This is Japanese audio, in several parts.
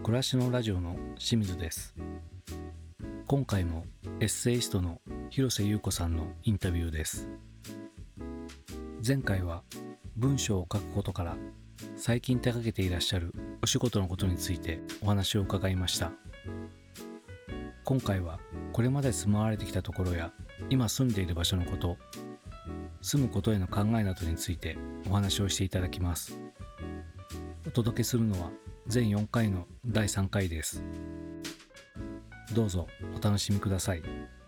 暮らしのラジオの清水です。今回もエッセイストの広瀬優子さんのインタビューです。前回は文章を書くことから最近手掛けていらっしゃるお仕事のことについてお話を伺いました。今回はこれまで住まわれてきたところや今住んでいる場所のこと、住むことへの考えなどについてお話をしていただきます。お届けするのは全4回の第3回です。どうぞお楽しみください。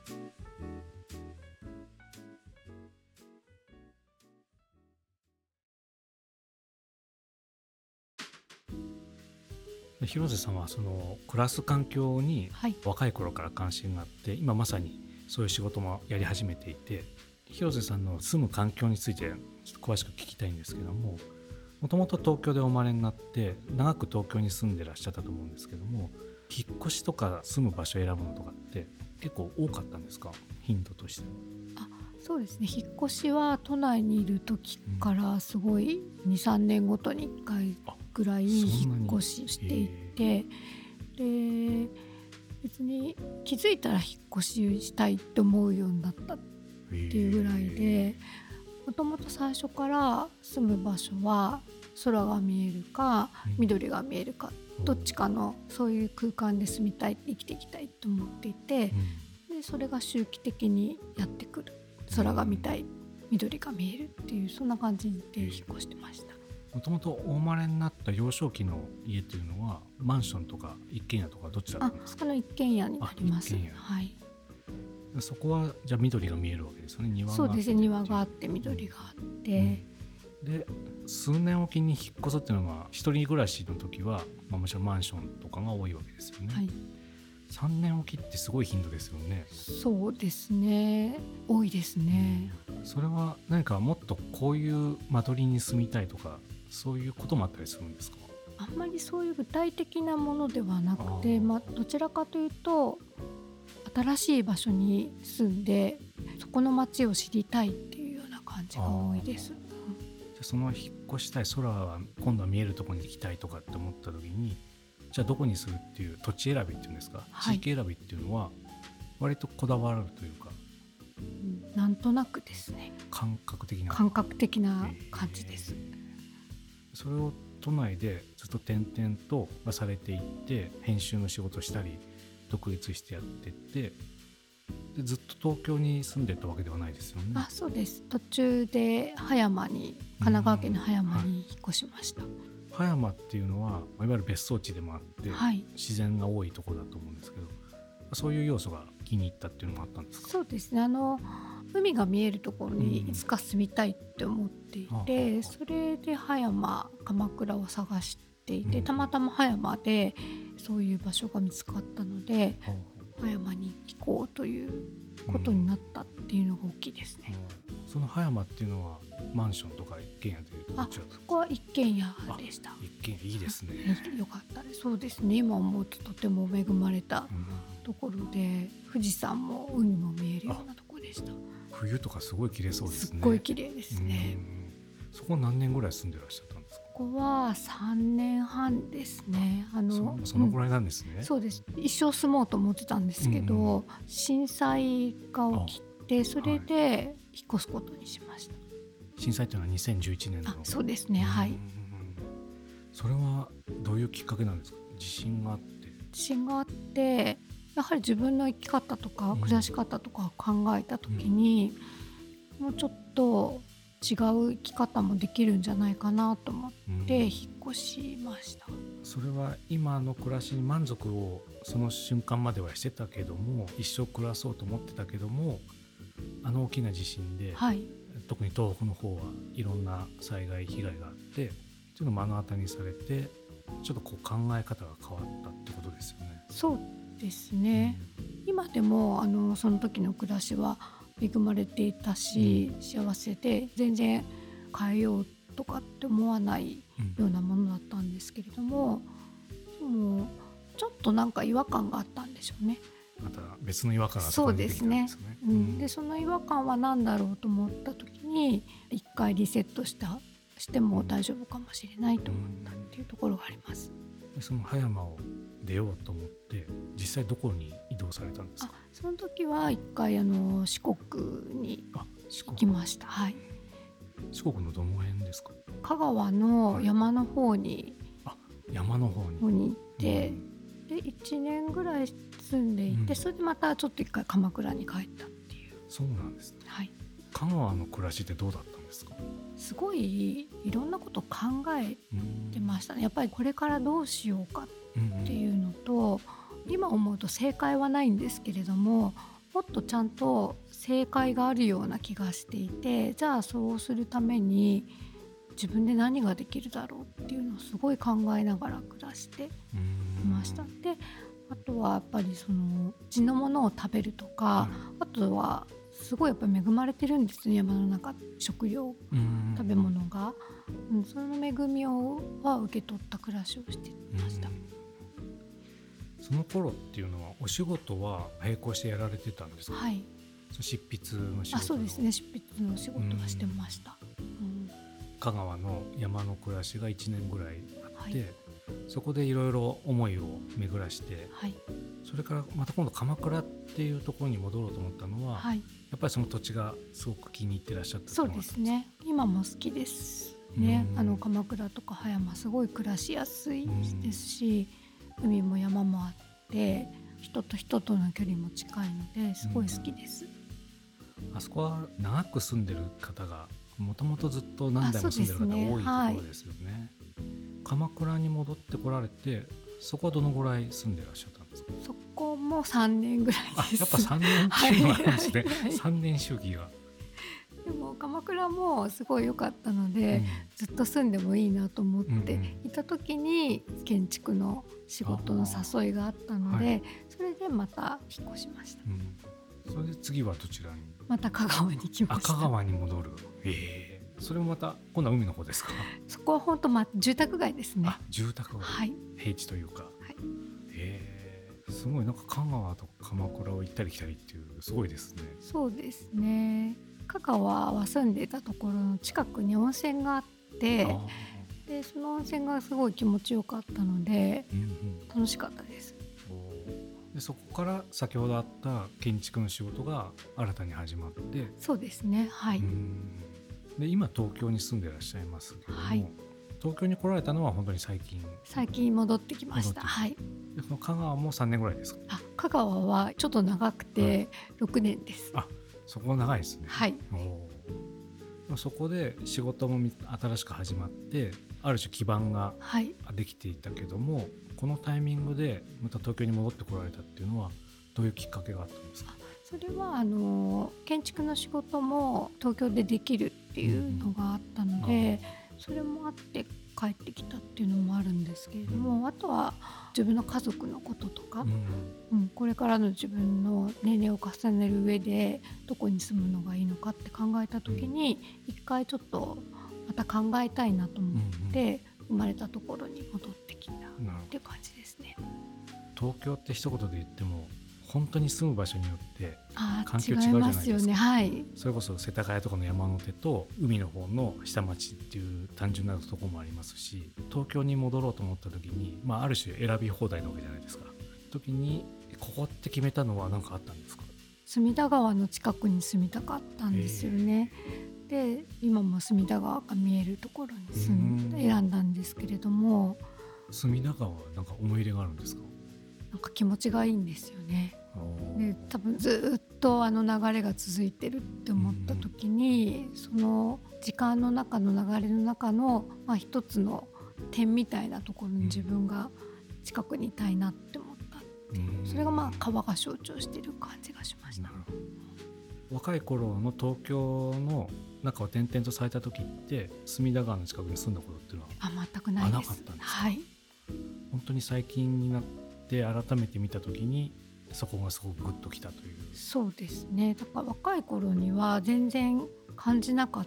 広瀬さんはその暮らす環境に若い頃から関心があって、今まさにそういう仕事もやり始めていて、広瀬さんの住む環境についてちょっと詳しく聞きたいんですけども、もともと東京でお生まれになって長く東京に住んでらっしゃったと思うんですけども、引っ越しとか住む場所を選ぶのとかって結構多かったんですか、頻度としては。 そうですね、引っ越しは都内にいる時からすごい 2,3 年ごとに1回ぐらい引っ越ししていて、で別に気づいたら引っ越ししたいって思うようになったっていうぐらいで、もともと最初から住む場所は空が見えるか緑が見えるか、どっちかのそういう空間で住みたい、生きていきたいと思っていて、でそれが周期的にやってくる。空が見たい、緑が見えるっていう、そんな感じで引っ越してました。 もともとお生まれになった幼少期の家というのはマンションとか一軒家とかどっちだったんですか？ 一軒家になります。 はい、そこはじゃあ緑が見えるわけですよね。庭があって。 そうですね、庭があって緑があって、 で数年おきに引っ越すっていうのは一人暮らしの時は、もちろんマンションとかが多いわけですよね。3年おきってすごい頻度ですよね。 そうですね、多いですね。 それは何かもっとこういう間取りに住みたいとかそういうこともあったりするんですか？ あんまりそういう具体的なものではなくて、どちらかというと新しい場所に住んでそこの街を知りたいっていうような感じが多いです。 じゃあその引っ越したい、空は今度は見えるところに行きたいとかって思った時に、じゃあどこにするっていう土地選びっていうんですか、地域選びっていうのは割とこだわるというか、 なんとなくですね、 感覚的な感じです。 それを都内でずっと転々とされていって、編集の仕事したり独立してやってって、でずっと東京に住んでたわけではないですよね。 そうです。途中で神奈川県の葉山に引っ越しました。 葉山っていうのはいわゆる別荘地でもあって、自然が多いところだと思うんですけど、そういう要素が気に入ったっていうのもあったんですか？ そうですね、海が見えるところにいつか住みたいって思っていて、それで葉山、鎌倉を探していて、たまたま葉山でそういう場所が見つかったので、葉山に行こうということになったっていうのが大きいですね。 その葉山っていうのはマンションとか一軒家でいうとどちらですか？ そこは一軒家でした。 一軒家いいですね。 よかったです。そうですね、今思うととても恵まれたところで、富士山も海も見えるようなところでした。 冬とかすごい綺麗そうですね。 すっごい綺麗ですね。 そこは何年ぐらい住んでらっしゃったんですか？ ここは3年半ですね。 そのぐらいなんですね。 そうです。一生住もうと思ってたんですけど、震災が起きて、それで引っ越すことにしました。 震災というのは2011年の。 そうですね、はい。 それはどういうきっかけなんですか？地震があって、 やはり自分の生き方とか暮らし方とかを考えた時に、もうちょっと違う生き方もできるんじゃないかなと思って引っ越しました。 それは今の暮らしに満足をその瞬間まではしてたけども、一生暮らそうと思ってたけども、大きな地震で、特に東北の方はいろんな災害被害があって、ちょっと目の当たりにされて、ちょっとこう考え方が変わったってことですよね。 そうですね、今でもその時の暮らしは恵まれていたし、幸せで全然変えようとかって思わないようなものだったんですけれども、でもちょっとなんか違和感があったんでしょうね。 また別の違和感がそこに出てきたんですね。 そうですね、でその違和感は何だろうと思った時に、一回リセットしても大丈夫かもしれないと思ったっていうところがあります。 その葉山を出ようと思って実際どこに移動されたんですか？ その時は一回四国に行きました。はい。 四国のどの辺ですか？ 香川の山の方に、 山の方に行って、で1年ぐらい住んでいて、それでまたちょっと一回鎌倉に帰ったっていう。 そうなんですね。 はい。 香川の暮らしってどうだったんですか？ すごいいろんなこと考えてましたね。やっぱりこれからどうしようかっていうのと、今思うと正解はないんですけれども、もっとちゃんと正解があるような気がしていて、じゃあそうするために自分で何ができるだろうっていうのをすごい考えながら暮らしていました。で、あとはやっぱり地のものを食べるとか、あとはすごいやっぱり恵まれてるんですね、山の中、食料、食べ物が、その恵みは受け取った暮らしをしていました。 その頃っていうのはお仕事は並行してやられてたんですか？ はい。 執筆の仕事。 そうですね、執筆の仕事はしてました。 香川の山の暮らしが1年ぐらいあって、そこでいろいろ思いを巡らして、それからまた今度鎌倉っていうところに戻ろうと思ったのは、やっぱりその土地がすごく気に入ってらっしゃった。 そうですね、今も好きですね。鎌倉とか葉山すごい暮らしやすいですし、海も山もあって人と人との距離も近いのですごい好きです。 あそこは長く住んでる方がもともとずっと何代も住んでる方が多いところですよね。鎌倉に戻ってこられて、そこはどのぐらい住んでらっしゃったんですか？ そこも3年ぐらいです。 やっぱ3年周期があるんですね。3年周期が。 でも鎌倉もすごい良かったので、ずっと住んでもいいなと思っていた時に建築の仕事の誘いがあったので、それでまた引っ越しました。 それで次はどちらに？ また香川に来ました。 香川に戻る。それもまた今度は海の方ですか？ そこは本当住宅街ですね。 住宅街、平地というか。すごいなんか香川と鎌倉を行ったり来たりっていうすごいですね。 そうですね。香川は住んでたところの近くに温泉があって、でその温泉がすごい気持ちよかったので、楽しかったです。 でそこから先ほどあった建築の仕事が新たに始まって。 そうですね。はい。 で今東京に住んでらっしゃいますけども、東京に来られたのは本当に最近戻ってきました。はい。 でその香川も3年ぐらいですか？ 香川はちょっと長くて6年です。 そこは長いですね。 はい。 そこで仕事も新しく始まって、ある種基盤ができていたけども、このタイミングでまた東京に戻ってこられたっていうのはどういうきっかけがあったんですか？ それは建築の仕事も東京でできるっていうのがあったので、それもあって帰ってきたっていうのもあるんですけれども、あとは自分の家族のこととか、これからの自分の年齢を重ねる上でどこに住むのがいいのかって考えた時に、一回ちょっとまた考えたいなと思って生まれたところに戻ってきたっていう感じですね。 東京って一言で言っても本当に住む場所によって環境違うじゃないですか。 違いますよね。はい。 それこそ世田谷とかの山の手と海の方の下町っていう単純なところもありますし、東京に戻ろうと思った時に、ある種選び放題なわけじゃないですか。時にここって決めたのは何かあったんですか？ 隅田川の近くに住みたかったんですよね。で今も隅田川が見えるところに選んだんですけれども、 隅田川はなんか思い入れがあるんですか？ なんか気持ちがいいんですよね。で多分ずっと流れが続いてるって思った時に、その時間の中の流れの中の、一つの点みたいなところに自分が近くにいたいなって思ったっていう、それが川が象徴している感じがしました。 若い頃の東京の中を転々とされた時って隅田川の近くに住んだことっていうのは全くないです。 なかったんですか？ はい。 本当に最近になって改めて見た時にそこがすごくグッときたという。 そうですね。だから若い頃には全然感じなかった、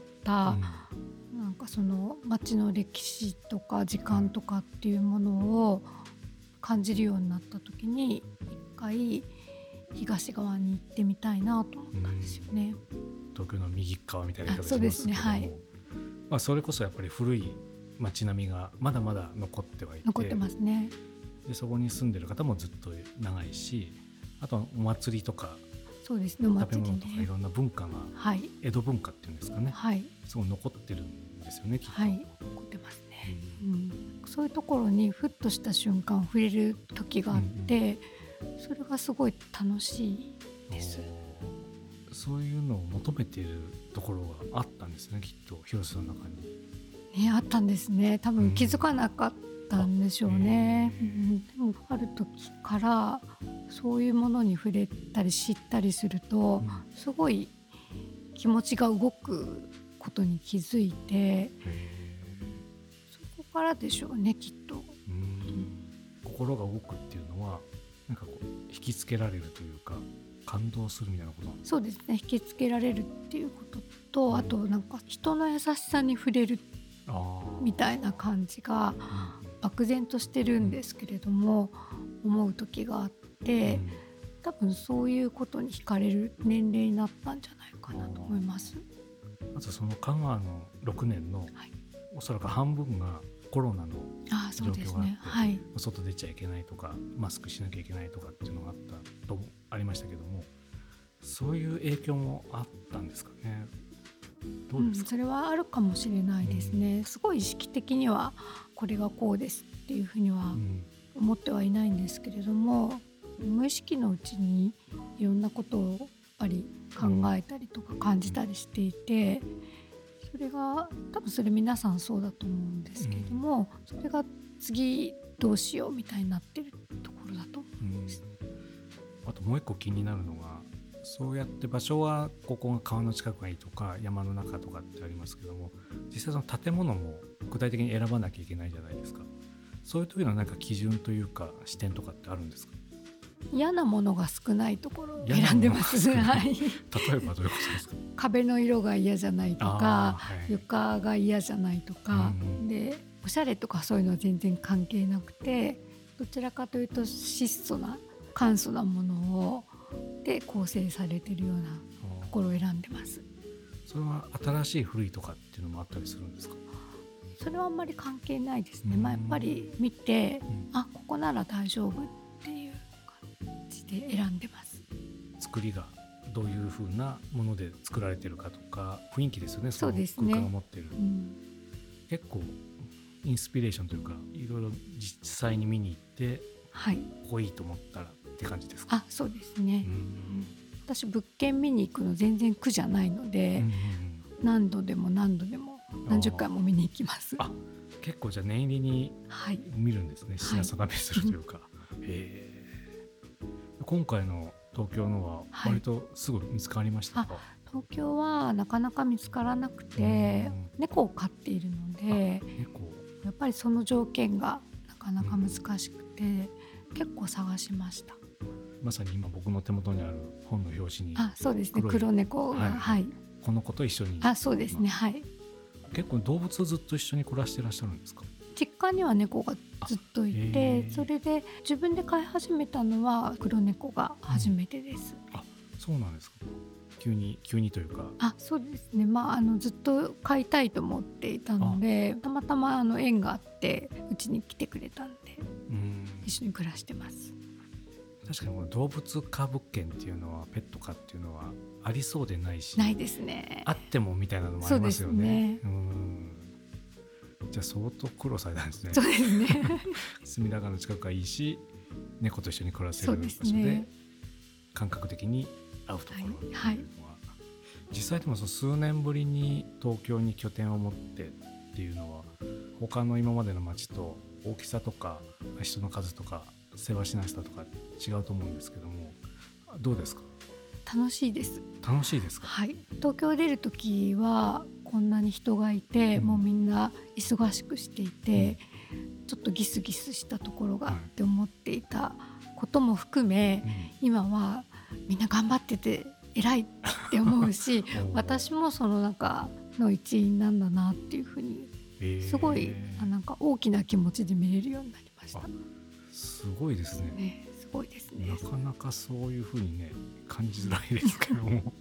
なんかその街の歴史とか時間とかっていうものを感じるようになった時に、一回東側に行ってみたいなと思ったんですよね。 東京の右側みたいな言い方しますけども、 そうですね。はい。 それこそやっぱり古い街並みがまだまだ残ってはいて、 残ってますね。 でそこに住んでる方もずっと長いし、あとはお祭りとかそうですね、お食べ祭りね、 物とかいろんな文化が、 はい、 江戸文化っていうんですかね、 はいすごい残ってるんですよねきっと、 はい、残ってますね、そういうところにふっとした瞬間触れる時があって、それがすごい楽しいです。 そういうのを求めているところがあったんですね、きっと広瀬さんの中に。 ね、あったんですね。多分気づかなかったんでしょうね。でもある時からそういうものに触れたり知ったりすると、すごい気持ちが動くことに気づいて、そこからでしょうね、きっと。 心が動くっていうのはなんかこう引きつけられるというか感動するみたいなことなんですか？ そうですね、引きつけられるっていうことと、あとなんか人の優しさに触れるみたいな感じが漠然としてるんですけれども、思う時があって、多分そういうことに惹かれる年齢になったんじゃないかなと思います。 あとその香川の6年の、おそらく半分がコロナの状況があって、外出ちゃいけないとかマスクしなきゃいけないとかっていうのがあったとありましたけども、そういう影響もあったんですかね。どうですか？ それはあるかもしれないですね。すごい意識的にはこれがこうですっていうふうには思ってはいないんですけれども、無意識のうちにいろんなことをやっぱり考えたりとか感じたりしていて、それが多分それ皆さんそうだと思うんですけれども、それが次どうしようみたいになってるところだと思うんです。 あともう一個気になるのが、そうやって場所はここが川の近くがいいとか山の中とかってありますけども、実際その建物も具体的に選ばなきゃいけないじゃないですか。そういう時のなんか基準というか視点とかってあるんですか？ 嫌なものが少ないところを選んでますね。はい。 例えばどういうことですか？ 壁の色が嫌じゃないとか、床が嫌じゃないとか、でおしゃれとかそういうのは全然関係なくて、どちらかというと質素な簡素なものをで構成されているようなところを選んでます。 それは新しい古いとかっていうのもあったりするんですか？ それはあんまり関係ないですね。やっぱり見て、あ、ここなら大丈夫っていう感じで選んでます。 作りがどういう風なもので作られてるかとか雰囲気ですよね。 そうですね。 その空間が持ってる、結構インスピレーションというかいろいろ実際に見に行って、ここいいと思ったらって感じですか？ そうですね。私物件見に行くの全然苦じゃないので、何度でも何度でも何十回も見に行きます。 結構じゃあ念入りに見るんですね。品定めするというか。今回の東京のは割とすぐ見つかりましたか？ 東京はなかなか見つからなくて、猫を飼っているので、やっぱりその条件がなかなか難しくて、結構探しました。 まさに今僕の手元にある本の表紙にそうですね、黒猫が、 この子と一緒に。 そうですね、 結構動物をずっと一緒に暮らしてらっしゃるんですか？ 実家には猫がずっといて、それで自分で飼い始めたのは黒猫が初めてです。 そうなんですか。急にというか。 そうですね、ずっと飼いたいと思っていたので、たまたま縁があってうちに来てくれたんで、一緒に暮らしてます。 確かにこの動物可物件っていうのはペット可っていうのはありそうでないし、 ないですね。 あってもみたいなのもありますよね。じゃあ相当苦労されたんですね。 そうですね。 隅田川の近くがいいし、猫と一緒に暮らせる場所で感覚的に合うところっていうのは、実際でもその数年ぶりに東京に拠点を持ってっていうのは他の今までの街と大きさとか人の数とか世話しなさとか違うと思うんですけども、どうですか？ 楽しいです。 楽しいですか？ 東京出る時はこんなに人がいて、もうみんな忙しくしていて、ちょっとギスギスしたところがって思っていたことも含め、今はみんな頑張ってて偉いって思うし私もその中の一員なんだなっていうふうに、すごいなんか大きな気持ちで見れるようになりました。 すごいですね。 すごいですね。 なかなかそういうふうにね感じづらいですけども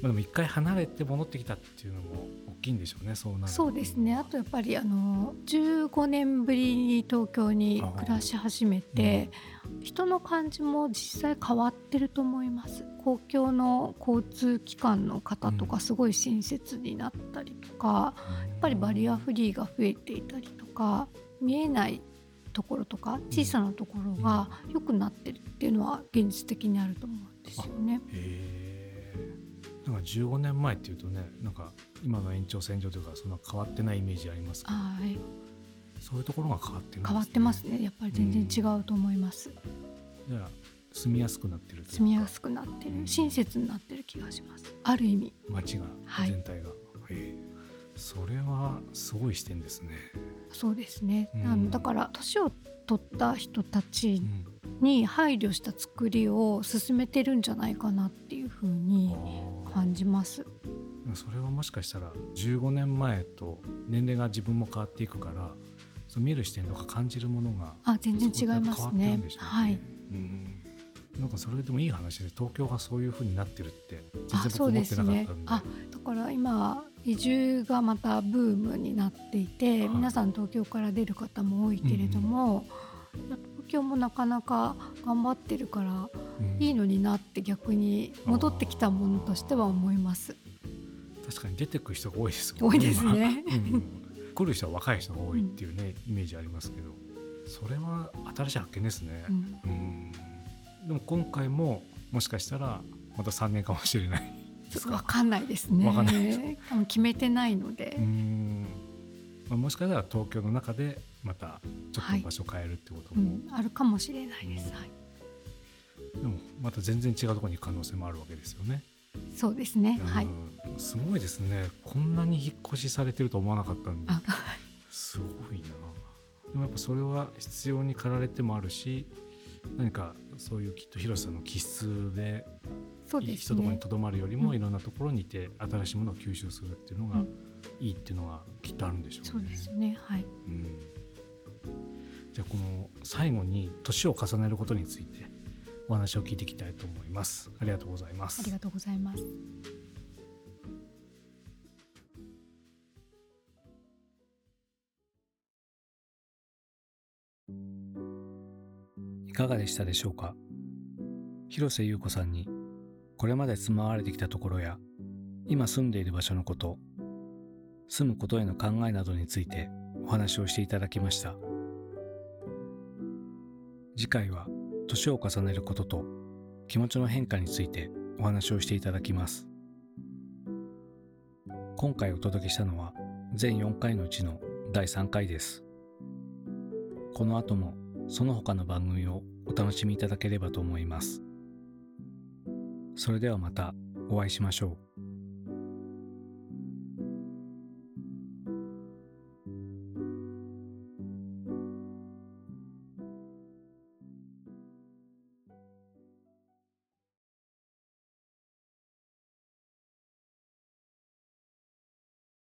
でも一回離れて戻ってきたっていうのも大きいんでしょうね。そうなる。 そうですね。あとやっぱり15年ぶりに東京に暮らし始めて、人の感じも実際変わってると思います。公共の交通機関の方とかすごい親切になったりとか、やっぱりバリアフリーが増えていたりとか、見えないところとか小さなところが良くなってるっていうのは現実的にあると思うんですよね。 なんか15年前っていうとね、なんか今の延長線上というかそんな変わってないイメージありますけど、そういうところが変わってるんですね。 変わってますね。やっぱり全然違うと思います。 じゃあ住みやすくなってるというか、 住みやすくなってる、親切になってる気がします。ある意味街が全体が、それはすごい視点ですね。 そうですね。だから年を取った人たちに配慮した作りを進めてるんじゃないかなっていうふうに感じます。 それはもしかしたら15年前と年齢が自分も変わっていくから、その見る視点とか感じるものが全然違いますね。 なんかそれでもいい話で、東京がそういう風になってるって全然僕思ってなかったんで。 だから今移住がまたブームになっていて、皆さん東京から出る方も多いけれども、東京もなかなか頑張ってるからいいのになって逆に戻ってきたものとしては思います。 確かに出てくる人が多いですもんね。多いですね。 来る人は若い人が多いっていうね、イメージありますけど、それは新しい発見ですね。でも今回ももしかしたらまた3年かもしれないですか。 分かんないですね。分かんないです。決めてないので、 もしかしたら東京の中でまたちょっと場所変えるってことも、 あるかもしれないです。 でもまた全然違うところに行く可能性もあるわけですよね。 そうですね。 すごいですね。こんなに引っ越しされてると思わなかったんで、すごいな。でもやっぱそれは必要に駆られてもあるし、何かそういうきっと広瀬さんの気質で、一ところにとどまるよりもいろんなところにいて新しいものを吸収するっていうのがいいっていうのがきっとあるんでしょうね。 そうですね。 じゃあこの最後に年を重ねることについてお話を聞いていきたいと思います。ありがとうございます。 ありがとうございます。 いかがでしたでしょうか。広瀬優子さんにこれまで住まわれてきたところや今住んでいる場所のこと、住むことへの考えなどについてお話をしていただきました。次回は年を重ねることと気持ちの変化についてお話をしていただきます。今回お届けしたのは全4回のうちの第3回です。この後もその他の番組をお楽しみいただければと思います。それではまたお会いしましょう。